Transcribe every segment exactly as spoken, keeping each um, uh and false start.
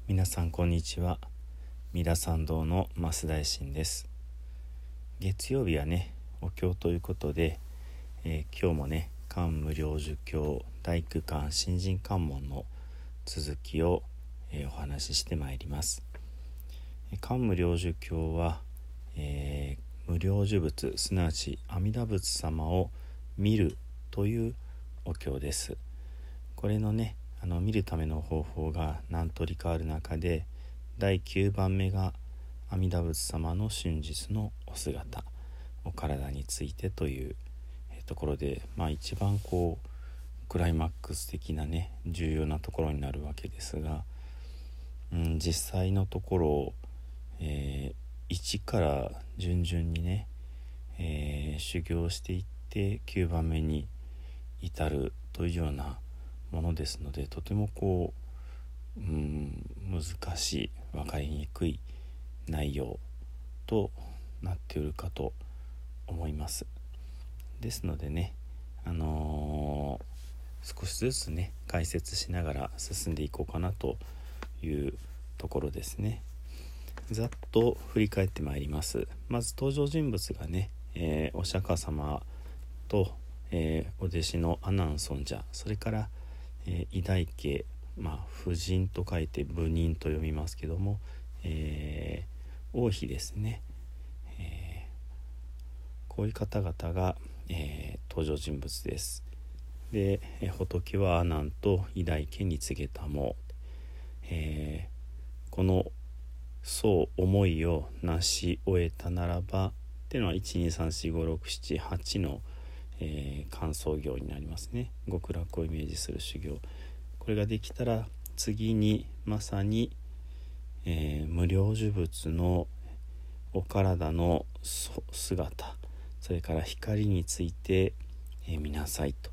皆さんこんにちは。三田参道の増大臣です。月曜日はねお経ということで、えー、今日もね漢無量寿経大工漢新人関門の続きを、えー、お話ししてまいります。漢無量寿経は、えー、無量寿仏すなわち阿弥陀仏様を見るというお経です。これのねあの見るための方法が何通りかある中で、だいきゅうばんめが阿弥陀仏様の真実のお姿お体についてというところで、まあ一番こうクライマックス的なね重要なところになるわけですが、うん、実際のところ、えー、いちから順々にね、えー、修行していってきゅうばんめに至るというようなものですので、とてもこう、うん、難しい分かりにくい内容となっているかと思います。ですのでね、あのー、少しずつね解説しながら進んでいこうかなというところですね。ざっと振り返ってまいります。まず登場人物がね、えー、お釈迦様と、えー、お弟子の阿難尊者、それからえー、偉大家、まあ婦人と書いて部人と読みますけども、えー、王妃ですね、えー、こういう方々が、えー、登場人物です。で仏は阿難と偉大家に告げたも、えー、このそう思いを成し終えたならばっていうのはいちにさんしごろくしちはちのえー、観想行になりますね。極楽をイメージする修行、これができたら次にまさに、えー、無量寿仏のお体の姿、それから光について、えー、見なさいと。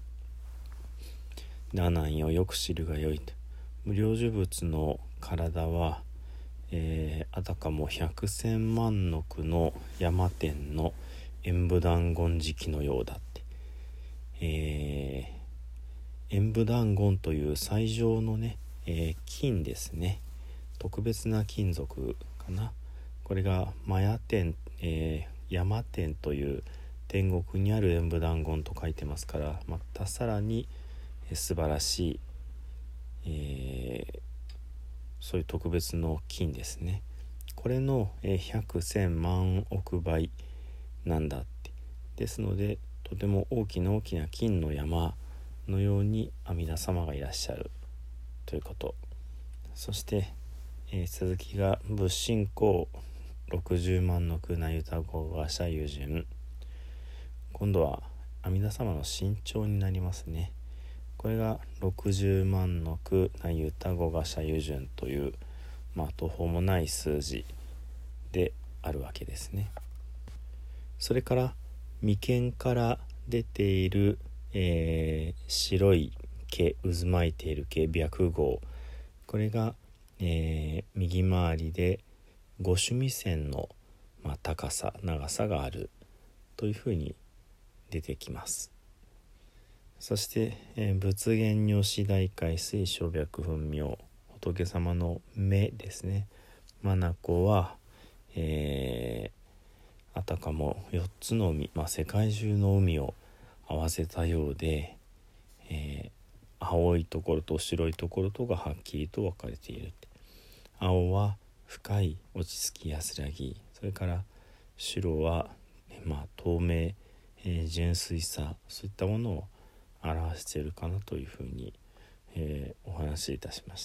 阿難よよく知るがよいと。無量寿仏の体は、えー、あたかも百千万の句の山天の演武断言時のようだって、えー、演武断言という最上のね、えー、金ですね、特別な金属かな。これがマヤ天、えー、山天という天国にある演武断言と書いてますから、またさらに、えー、素晴らしい、えー、そういう特別の金ですね。これの、えー、百千万億倍なんだって。ですのでとても大きな大きな金の山のように阿弥陀様がいらっしゃるということ。そして、えー、続きが仏信仰ろくじゅうまんの句内歌語が社友順。今度は阿弥陀様の身長になりますね。これがろくじゅうまんの句内歌語が社友順という、まあ途方もない数字であるわけですね。それから眉間から出ている、えー、白い毛、渦巻いている毛、白毫、これが、えー、右回りで五種味線の、まあ、高さ長さがあるというふうに出てきます。そして、えー、仏言如子大海水晶白分明、仏様の目ですね。眼は、えーあたかもよっつの海、まあ、世界中の海を合わせたようで、えー、青いところと白いところとがはっきりと分かれている。青は深い落ち着き安らぎ、それから白は、まあ、透明、えー、純粋さ、そういったものを表しているかなというふうに、えー、お話しいたしました。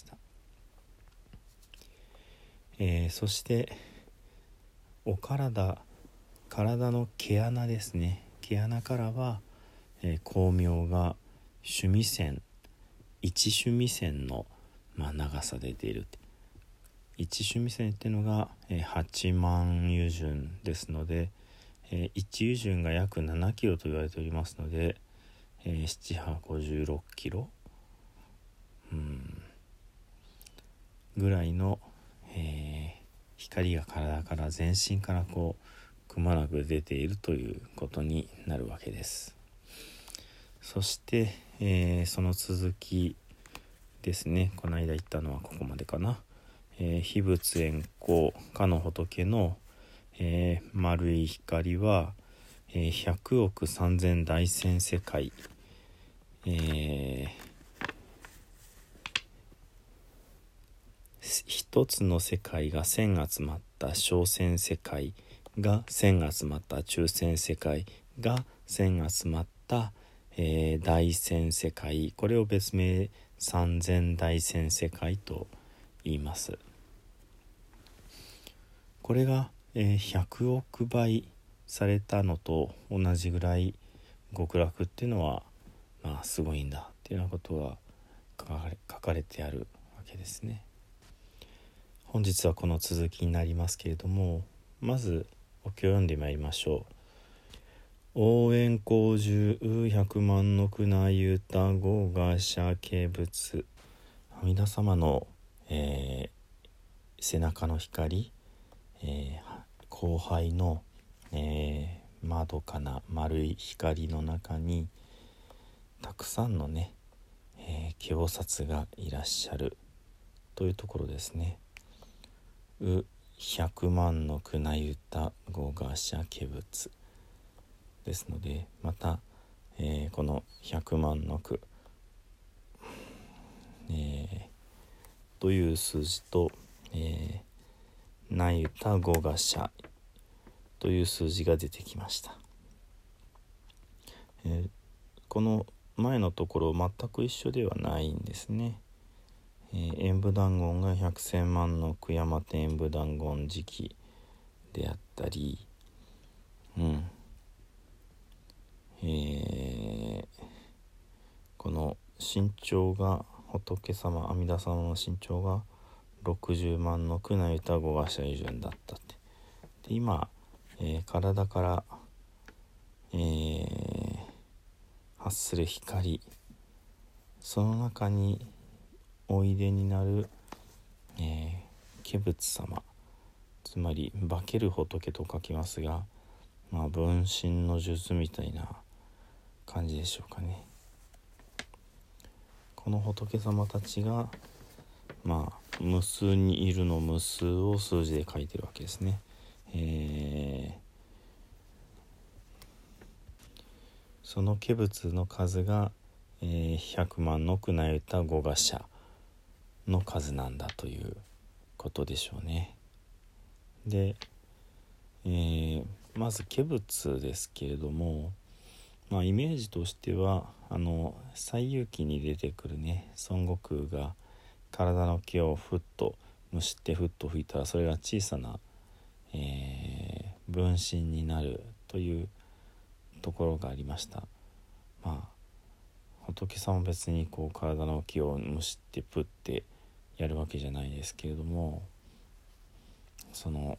えー、そしてお体体の毛穴ですね。毛穴からは、えー、光明が種味線、一種味線の、まあ、長さで出る。一種味線っていうのが、えー、はちまん油順ですので、えー、いち油順が約ななキロと言われておりますので、えー、ななはごじゅうろっキロ、うん、ぐらいの、えー、光が体から全身からこうくまなく出ているということになるわけです。そして、えー、その続きですね。この間言ったのはここまでかな。 えー、秘仏円光かの仏の、えー、丸い光は、えー、ひゃくおくさんぜん大千世界、えー、一つの世界が千集まった小千世界が千集まった中千世界が千集まった、えー、大千世界、これを別名三千大千世界と言います。これが、えー、ひゃくおく倍されたのと同じぐらい極楽っていうのはまあすごいんだっていうようなことが書かれ、書かれてあるわけですね。本日はこの続きになりますけれども、まずお経を読んでまいりましょう。応援光十百万の宮内歌語画社慶仏、阿弥陀様の、えー、背中の光、えー、光背の、えー、まどかな丸い光の中にたくさんのね、えー、菩薩がいらっしゃるというところですね。う百万の宮内歌語画社慶仏ですので、また、えー、この百万の句、えー、という数字と、えー、内歌語画社という数字が出てきました。えー、この前のところ全く一緒ではないんですね。えー、演武談言が百千万の句山天演武談言時期であったり、うんえー、この身長が仏様阿弥陀様の身長がろくじゅうまんの宮内歌語画社以上だったって。で今、えー、体から、えー、発する光、その中においでになる、えー、化仏様、つまり化ける仏と書きますが、まあ、分身の術みたいな感じでしょうかね。この仏様たちがまあ無数にいるの無数を数字で書いてるわけですね。えー、その化仏の数が、えー、ひゃくまんの宮内歌語画社の数なんだということでしょうね。で、えー、まず化仏ですけれども、まあ、イメージとしてはあの西遊記に出てくるね孫悟空が体の毛をふっとむしってふっと拭いたらそれが小さな、えー、分身になるというところがありました。まあ仏さんも別にこう体の毛をむしってプッてやるわけじゃないですけれども、その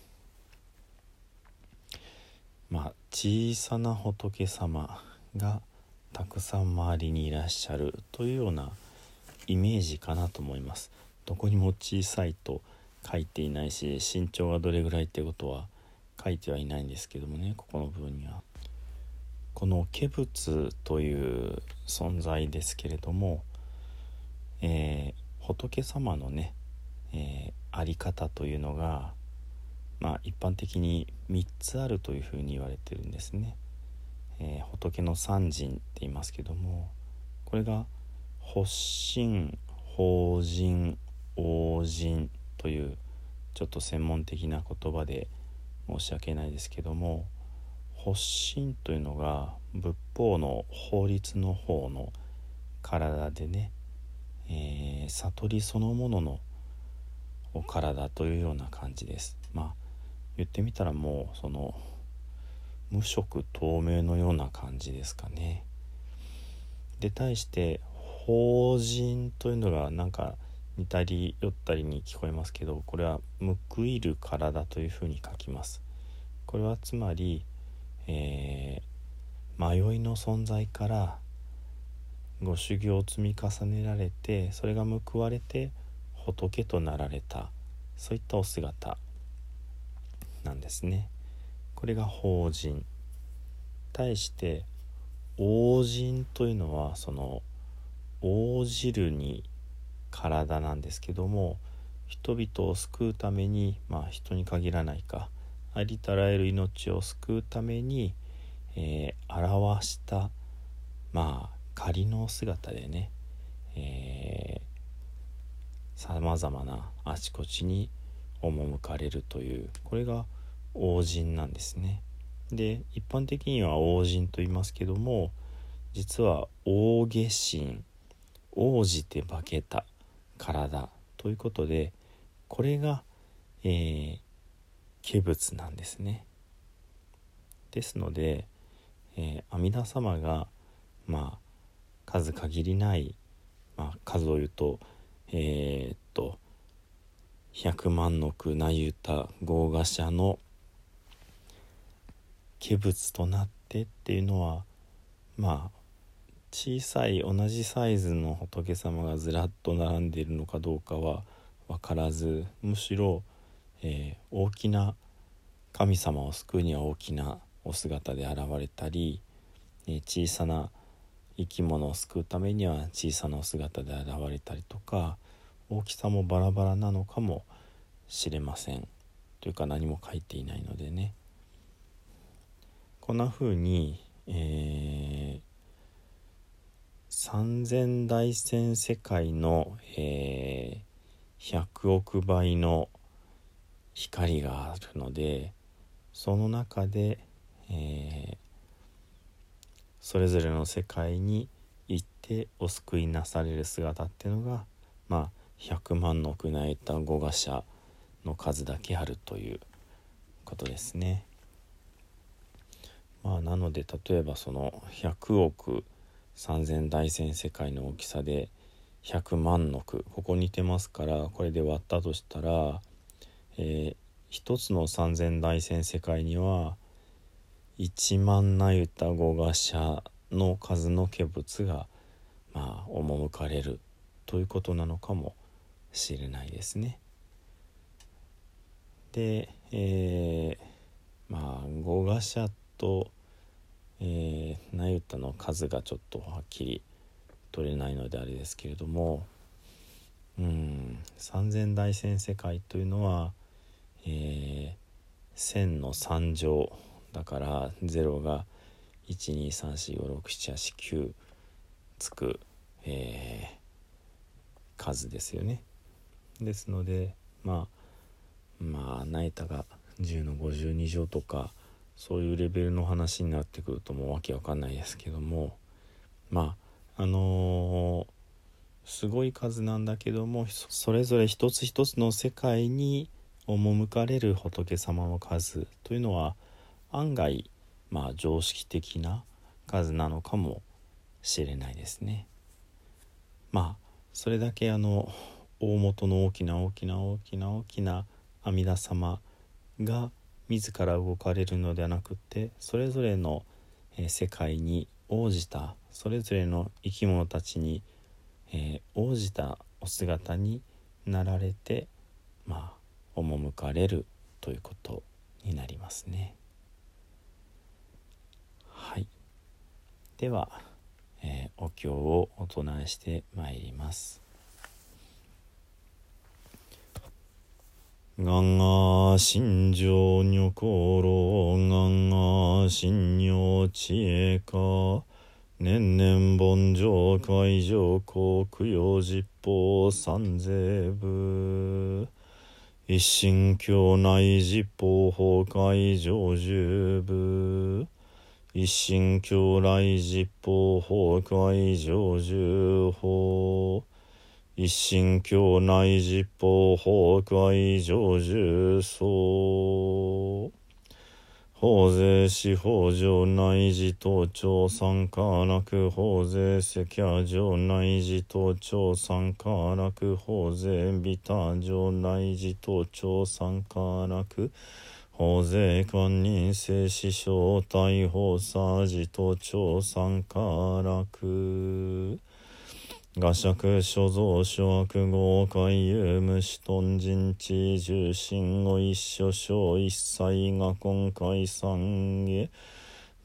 まあ小さな仏様がたくさん周りにいらっしゃるというようなイメージかなと思います。どこにも小さいと書いていないし、身長がどれぐらいってことは書いてはいないんですけどもね、ここの部分にはこの化仏という存在ですけれども、えー、仏様のね、えー、あり方というのがまあ一般的にみっつあるというふうに言われてるんですね。えー、仏の三神って言いますけども、これが発心、法人、応人というちょっと専門的な言葉で申し訳ないですけども、発心というのが仏法の法律の方の体でね、えー、悟りそのもののお体というような感じです。まあ言ってみたらもうその無色透明のような感じですかね。で対して法人というのがなんか似たり寄ったりに聞こえますけど、これは報いる体というふうに書きます。これはつまり、えー、迷いの存在からご修行を積み重ねられて、それが報われて仏となられた、そういったお姿なんですね。これが法人。対して応人というのはその応じるに体なんですけども、 人々を救うために、まあ人に限らないか、ありとあらゆる命を救うために、えー、表したまあ仮の姿でね、さまざまなあちこちに赴かれるという、これが王神なんですね。で、一般的には王神と言いますけども、実は王化身、王じて化けた体ということで、これが、えー、化仏なんですね。ですので、えー、阿弥陀様がまあ数限りない、まあ、数を言うとえー、っとひゃくまんの句なゆた豪華者の化仏となってっていうのは、まあ小さい同じサイズの仏様がずらっと並んでいるのかどうかは分からず、むしろ、えー、大きな神様を救うには大きなお姿で現れたり、えー、小さな生き物を救うためには小さなお姿で現れたりとか、大きさもバラバラなのかもしれません。というか何も書いていないのでね。こんな風に、えー、三千大千世界の、えー、ひゃくおくばいの光があるので、その中で、えー、それぞれの世界に行ってお救いなされる姿っていうのが、まあひゃくまんの句なえた豪華者の数だけあるということですね。まあなので、例えばそのひゃくおく三千大千世界の大きさでひゃくまんの句、ここ似てますから、これで割ったとしたら、えー、一つの三千大千世界にはいちまんなゆた豪華者の数の化仏がまあ赴かれるということなのかもしれないですね。で、えー、まあ豪華者と、えー、なゆたの数がちょっとはっきり取れないのであれですけれども、うん三千大千世界というのは、えー、千の三乗だからゼロがいちにさんしごろくしちはちきゅうつく、えー、数ですよね。ですのでまあまあナイタがじゅうのごじゅうに乗とかそういうレベルの話になってくるともうわけわかんないですけども、まああのー、すごい数なんだけども、それぞれ一つ一つの世界に赴かれる仏様の数というのは案外まあ常識的な数なのかもしれないですね。まあそれだけあの大元の大きな大きな大きな大きな阿弥陀様が自ら動かれるのではなくて、それぞれの世界に応じたそれぞれの生き物たちに、えー、応じたお姿になられてまあ赴かれるということになりますね。はい、では、えー、お経をお唱えしてまいります。がんが心情女心がんが心女知恵か年々盆上海上公供養実法三世部一心教内実法法会上十部一心教来実法法会上十法一心教内実法法会上十僧法税司法上内自等庁参加楽法税赤夜上内自等庁参加楽法税ビタ上内自等庁参加楽法税官人性師匠大法さ自等庁参加楽画釈所蔵諸悪号海遊無視頓人知重心を一所小一切が今回三下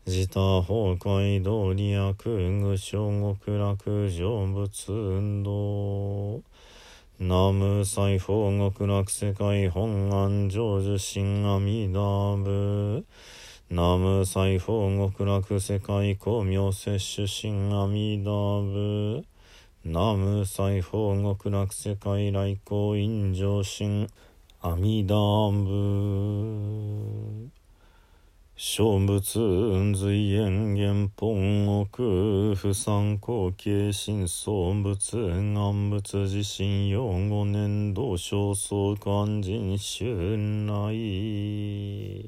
自他崩壊道利悪具小極楽成仏運動南無西方極楽世界本願成就心阿弥陀仏南無西方極楽世界光明摂取心阿弥陀仏南無西方極楽世界来光陰上心阿弥陀仏小仏雲随縁元本奥不参考形心相仏願仏自身用五年度小相関人襲来。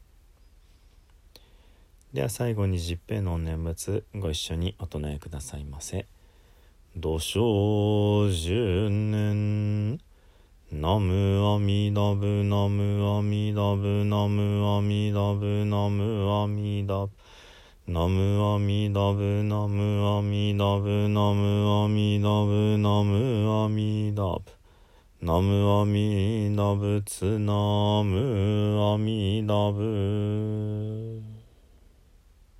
では最後に十平の念仏ご一緒にお唱えくださいませ。土生十年ナムアミダブナムアミダブナムアミダブナムアミダブナムアミダブナムアミダブナムアミダブナムアミダブナムアミダブツナムアミダブ